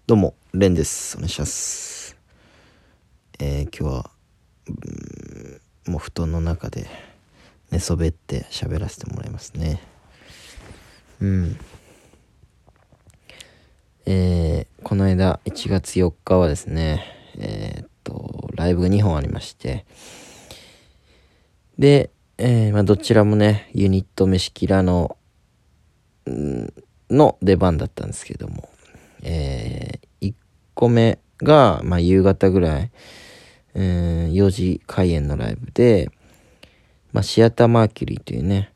どうも、レンです。お願いします。今日は、もう布団の中で寝そべって喋らせてもらいますね。この間1月4日はですね、ライブが2本ありまして、で、どちらもね、ユニット飯キラの出番だったんですけども、1個目が、夕方ぐらい、4時開演のライブで、シアターマーキュリーというね、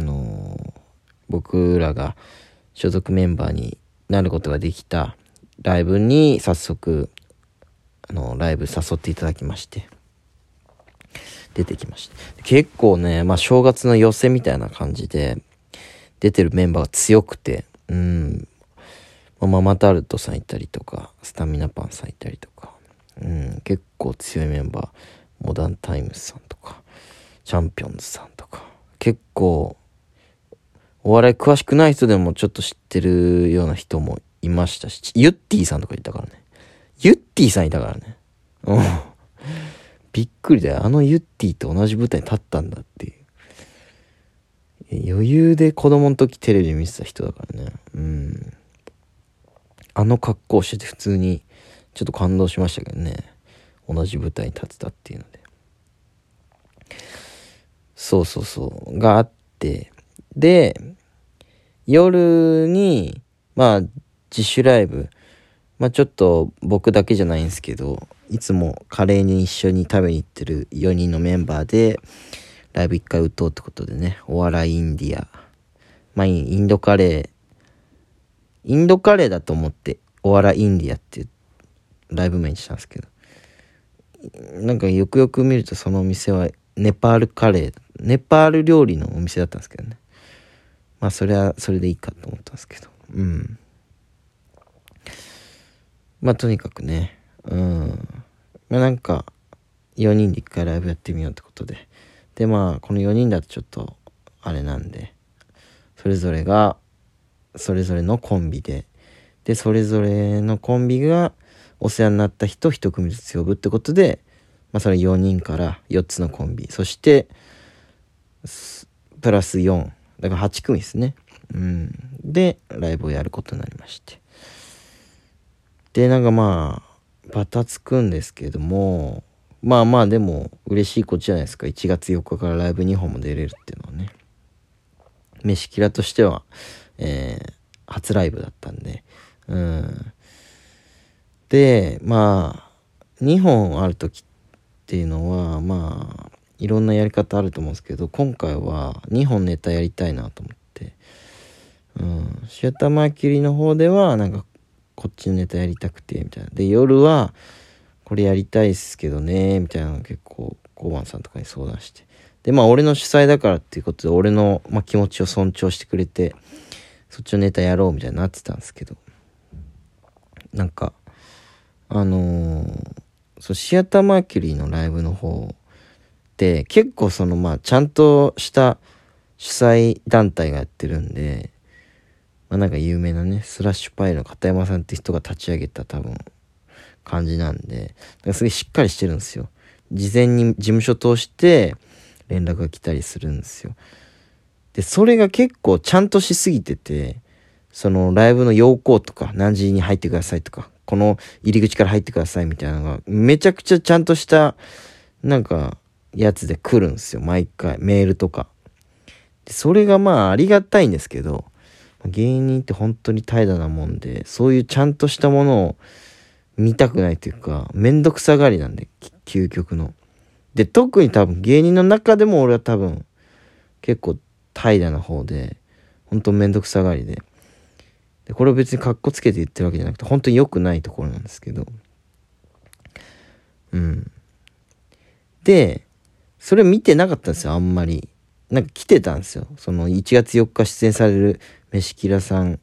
僕らが所属メンバーになることができたライブに早速、ライブ誘っていただきまして、出てきました。結構ね、正月の寄せみたいな感じで、出てるメンバーが強くて、ママタルトさんいたりとか、スタミナパンさんいたりとか、結構強いメンバー、モダンタイムスさんとか、チャンピオンズさんとか、結構、お笑い詳しくない人でもちょっと知ってるような人もいましたし、ユッティさんとかいたからね。ユッティさんいたからね。びっくりだよ。ユッティと同じ舞台に立ったんだっていう。余裕で子供の時テレビで見てた人だからね。格好してて普通にちょっと感動しましたけどね。同じ舞台に立てたっていうので。そうがあって、で夜に自主ライブ、ちょっと僕だけじゃないんですけど、いつもカレーに一緒に食べに行ってる4人のメンバーでライブ1回打とうってことでね、お笑いインディア、インドカレーだと思ってお笑いインディアっていうライブ名にしたんですけど、なんかよくよく見るとそのお店はネパール料理のお店だったんですけどね。それはそれでいいかと思ったんですけど、とにかくね、なんか4人で1回ライブやってみようってことで、この4人だとちょっとあれなんで、それぞれのコンビで、それぞれのコンビがお世話になった人1組ずつ呼ぶってことで、それ4人から4つのコンビ、そしてプラス4だから8組ですね。でライブをやることになりまして、でバタつくんですけども、でも嬉しいことじゃないですか。1月4日からライブ2本も出れるっていうのはね、飯キラとしては、初ライブだったんで、で2本ある時っていうのはいろんなやり方あると思うんですけど、今回は2本ネタやりたいなと思って、シアターマーキュリーの方ではこっちのネタやりたくてみたいな、で夜はこれやりたいっすけどねみたいなの結構コバンさんとかに相談して、で俺の主催だからっていうことで俺の、気持ちを尊重してくれて、そっちのネタやろうみたいになってたんですけど、シアターマーキュリーのライブの方って結構ちゃんとした主催団体がやってるんで、有名なねスラッシュパイの片山さんって人が立ち上げた多分感じなんで、すごいしっかりしてるんですよ。事前に事務所通して連絡が来たりするんですよ。でそれが結構ちゃんとしすぎてて、そのライブの要項とか、何時に入ってくださいとか、この入り口から入ってくださいみたいなのがめちゃくちゃちゃんとしたやつで来るんですよ。毎回メールとかで、それがありがたいんですけど、芸人って本当に怠惰なもんで、そういうちゃんとしたものを見たくないというか、めんどくさがりなんで、究極の。で特に多分芸人の中でも俺は多分結構怠惰な方で、本当めんどくさがりで、これを別にカッコつけて言ってるわけじゃなくて、本当に良くないところなんですけど、でそれ見てなかったんですよ。あんまり来てたんですよ、その1月4日出演される飯キラさん、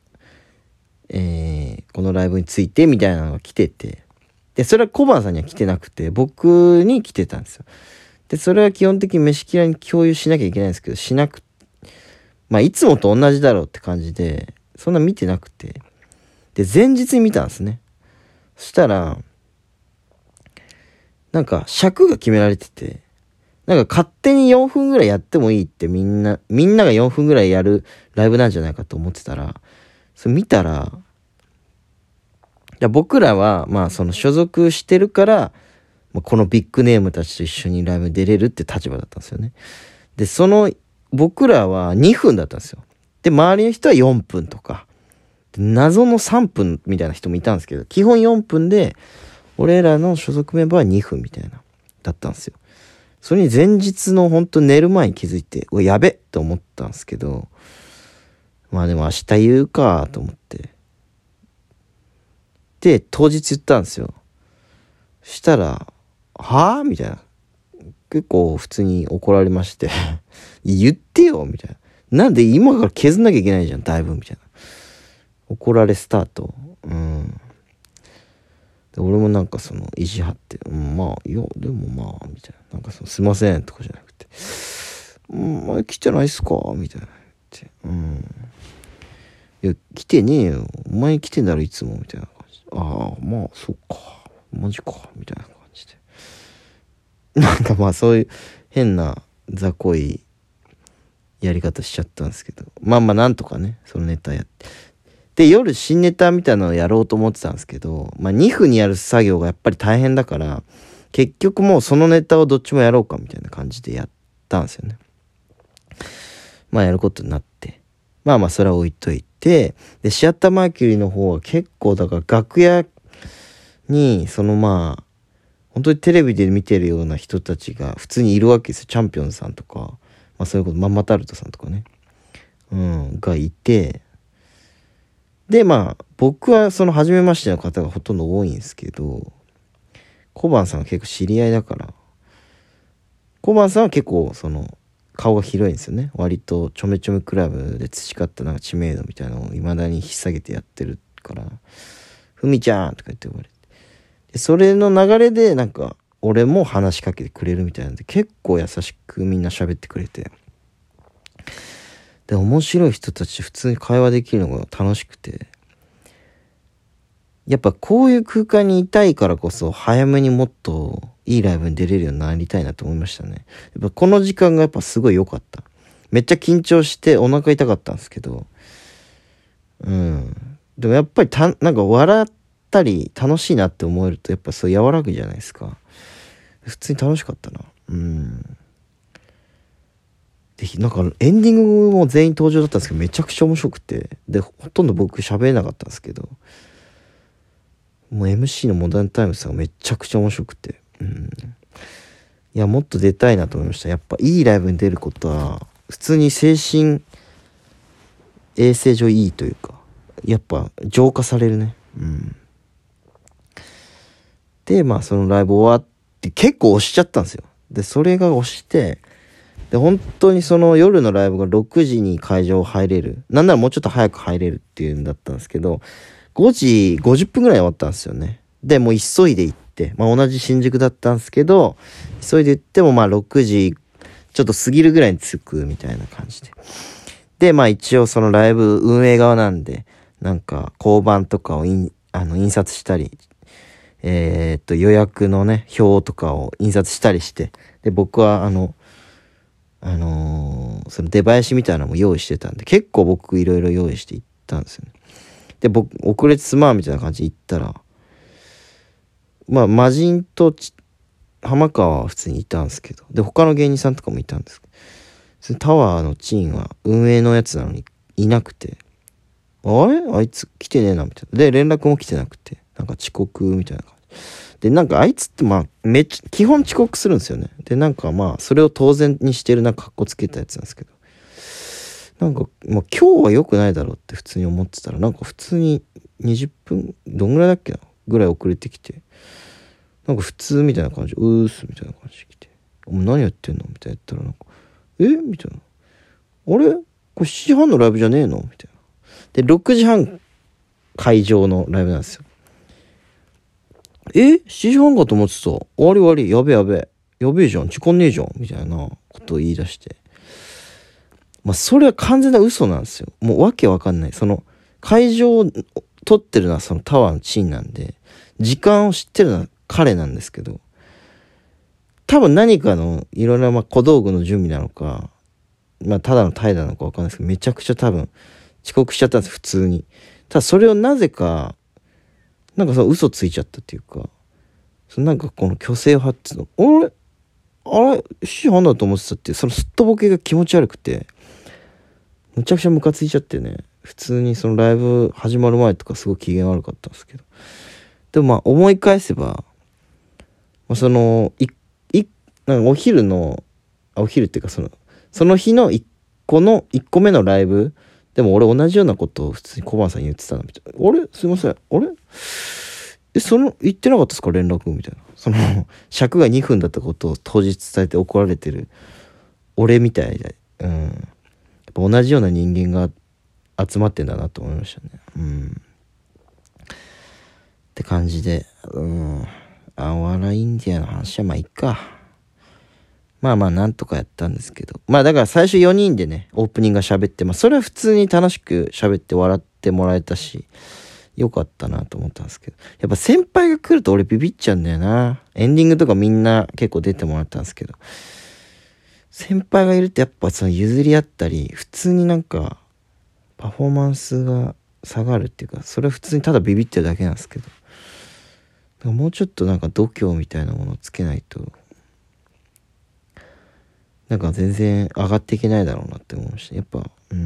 このライブについてみたいなのが来てて、でそれは小判さんには来てなくて僕に来てたんですよ。でそれは基本的に飯キラに共有しなきゃいけないんですけど、しなく、いつもと同じだろうって感じでそんな見てなくて、で前日に見たんですね。 そしたら、なんか尺が決められてて、なんか勝手に4分ぐらいやってもいいってみんなが4分ぐらいやるライブなんじゃないかと思ってたら、それ見たら、いや僕らはまあその所属してるから、このビッグネームたちと一緒にライブ出れるって立場だったんですよね。で、僕らは2分だったんですよ。で、周りの人は4分とか、謎の3分みたいな人もいたんですけど、基本4分で、俺らの所属メンバーは2分みたいな、だったんですよ。それに前日のほんと寝る前に気づいて、やべって思ったんですけど、まあでも明日言うかと思って。で、当日言ったんですよ。したら、はぁみたいな。結構普通に怒られまして言ってよみたいな。なんで今から削んなきゃいけないじゃん、だいぶみたいな。怒られスタート。で俺もなんか意地張って、まあ、いや、でもまあ、みたいな。なんかすいませんとかじゃなくて、前来てないっすかみたいな言って。いや、来てねえよ。お前来てんだろ、いつも。みたいな感じで。ああ、まあ、そっか。マジか。みたいな感じで。なんかまあ、そういう変な雑魚いやり方しちゃったんですけど。まあまあ、なんとかね、そのネタやって。で、夜新ネタみたいなのをやろうと思ってたんですけど、まあ2分にやる作業がやっぱり大変だから、結局もうそのネタをどっちもやろうかみたいな感じでやったんですよね。まあやることになって。まあまあそれは置いといて、で、シアターマーキュリーの方は結構だから楽屋に、まあ、本当にテレビで見てるような人たちが普通にいるわけですよ。チャンピオンさんとか、まあそういうこと、マンマタルトさんとかね。がいて、で、まあ、僕は初めましての方がほとんど多いんですけど、小判さんは結構知り合いだから、小判さんは結構顔が広いんですよね。割とちょめちょめクラブで培ったなんか知名度みたいなのを未だに引っ提げてやってるから、ふみちゃんとか言って呼ばれて。で、それの流れでなんか、俺も話しかけてくれるみたいなんで、結構優しくみんな喋ってくれて。で、面白い人たち普通に会話できるのが楽しくて、やっぱこういう空間にいたいからこそ早めにもっといいライブに出れるようになりたいなと思いましたね。やっぱこの時間がやっぱすごい良かった。めっちゃ緊張してお腹痛かったんですけど、でもやっぱりなんか笑ったり楽しいなって思えるとやっぱそう和らぐじゃないですか。普通に楽しかったな。で、なんかエンディングも全員登場だったんですけどめちゃくちゃ面白くて、で、ほとんど僕喋れなかったんですけど、もう MC のモダンタイムズさんがめちゃくちゃ面白くて、いや、もっと出たいなと思いました。やっぱいいライブに出ることは普通に精神衛生上いいというか、やっぱ浄化されるね。で、まあそのライブ終わって結構押しちゃったんですよ。で、それが押して、で、本当に夜のライブが6時に会場入れる。なんならもうちょっと早く入れるっていうんだったんですけど、5時50分ぐらい終わったんですよね。で、もう急いで行って、まあ同じ新宿だったんですけど、急いで行ってもまあ6時ちょっと過ぎるぐらいに着くみたいな感じで。で、まあ一応ライブ運営側なんで、なんか交番とかを印刷したり、予約のね、表とかを印刷したりして、で、僕はその出囃子みたいなのも用意してたんで、結構僕いろいろ用意して行ったんですよね。で、僕、遅れてすまんみたいな感じで行ったら、まあ、魔人と浜川は普通にいたんですけど、で、他の芸人さんとかもいたんですけど、そのタワーのチーンは運営のやつなのにいなくて、あれあいつ来てねえな、みたいな。で、連絡も来てなくて、なんか遅刻みたいな感じ。で、なんかあいつってまあ、基本遅刻するんですよね。で、なんかまあ、それを当然にしてるなんか格好つけたやつなんですけど、なんか、まあ今日は良くないだろうって普通に思ってたら、なんか普通に20分、どんぐらいだっけなぐらい遅れてきて、なんか普通みたいな感じ、うーすみたいな感じで来て、お前何やってんのみたいな言ったらなんか、みたいな。あれこれ7時半のライブじゃねえのみたいな。で、6時半会場のライブなんですよ。7時半かと思ってた。終わり終わり、やべえやべえ。やべえじゃん、時間ねえじゃん。みたいなことを言い出して。まあ、それは完全な嘘なんですよ。もうわけわかんない。会場を撮ってるのはそのタワーのチンなんで、 時間を知ってるのは彼なんですけど、多分何かのいろんな小道具の準備なのか、ただの怠惰なのかわかんないですけど、めちゃくちゃ多分遅刻しちゃったんです、普通に。ただそれをなぜか、その嘘ついちゃったっていうか、この虚勢を張ってたの、あれ7時半だと思ってたって、そのすっとぼけが気持ち悪くて、むちゃくちゃムカついちゃってね、普通にそのライブ始まる前とかすごい機嫌悪かったんですけど、でも思い返せば、そのお昼っていうかその日の1個目のライブでも俺同じようなことを普通に小判さんに言ってたのみたいな。あれすいません。あれ言ってなかったですか連絡みたいな。尺が2分だったことを当日伝えて怒られてる俺みたいで、やっぱ同じような人間が集まってんだなと思いましたね。って感じで、お笑いインディアの話はまあいいか。なんとかやったんですけど。だから最初4人でね、オープニングが喋って、それは普通に楽しく喋って笑ってもらえたし、よかったなと思ったんですけど。やっぱ先輩が来ると俺ビビっちゃうんだよな。エンディングとかみんな結構出てもらったんですけど。先輩がいるとやっぱその譲り合ったり、普通にパフォーマンスが下がるっていうか、それは普通にただビビってるだけなんですけど。もうちょっと度胸みたいなものをつけないと、全然上がっていけないだろうなって思いました。やっぱ、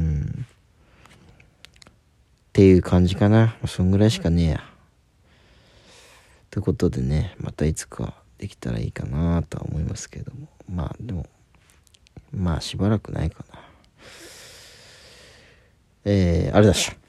っていう感じかな。そんぐらいしかねえや。ということでね、またいつかできたらいいかなとは思いますけども。でも、しばらくないかな。あれだっしょ。